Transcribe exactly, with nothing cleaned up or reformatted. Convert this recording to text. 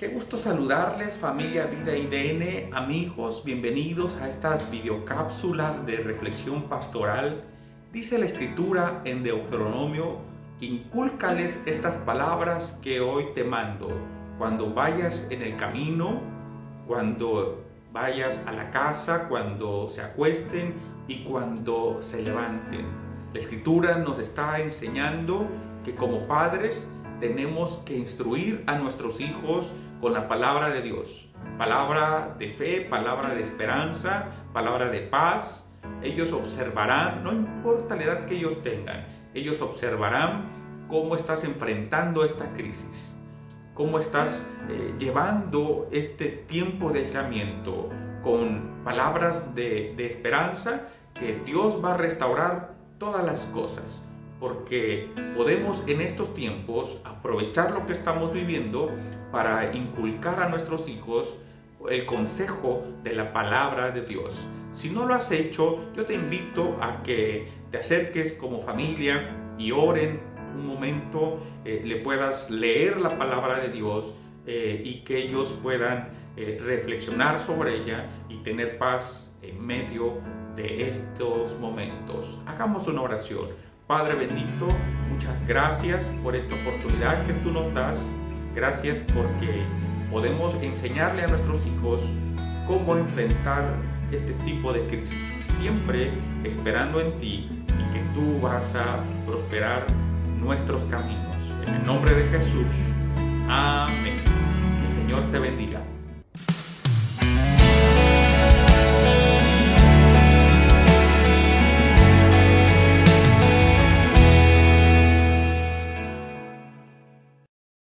Qué gusto saludarles, familia Vida I D N, amigos, bienvenidos a estas videocápsulas de reflexión pastoral. Dice la Escritura en Deuteronomio: incúlcales estas palabras que hoy te mando, cuando vayas en el camino, cuando vayas a la casa, cuando se acuesten y cuando se levanten. La Escritura nos está enseñando que como padres tenemos que instruir a nuestros hijos con la palabra de Dios. Palabra de fe, palabra de esperanza, palabra de paz. Ellos observarán, no importa la edad que ellos tengan, ellos observarán cómo estás enfrentando esta crisis, cómo estás eh, llevando este tiempo de aislamiento con palabras de, de esperanza, que Dios va a restaurar todas las cosas. Porque podemos en estos tiempos aprovechar lo que estamos viviendo para inculcar a nuestros hijos el consejo de la palabra de Dios. Si no lo has hecho, yo te invito a que te acerques como familia y oren un momento, eh, le puedas leer la palabra de Dios eh, y que ellos puedan eh, reflexionar sobre ella y tener paz en medio de estos momentos. Hagamos una oración. Padre bendito, muchas gracias por esta oportunidad que tú nos das. Gracias porque podemos enseñarle a nuestros hijos cómo enfrentar este tipo de crisis, siempre esperando en ti y que tú vas a prosperar nuestros caminos. En el nombre de Jesús, amén. Que el Señor te bendiga.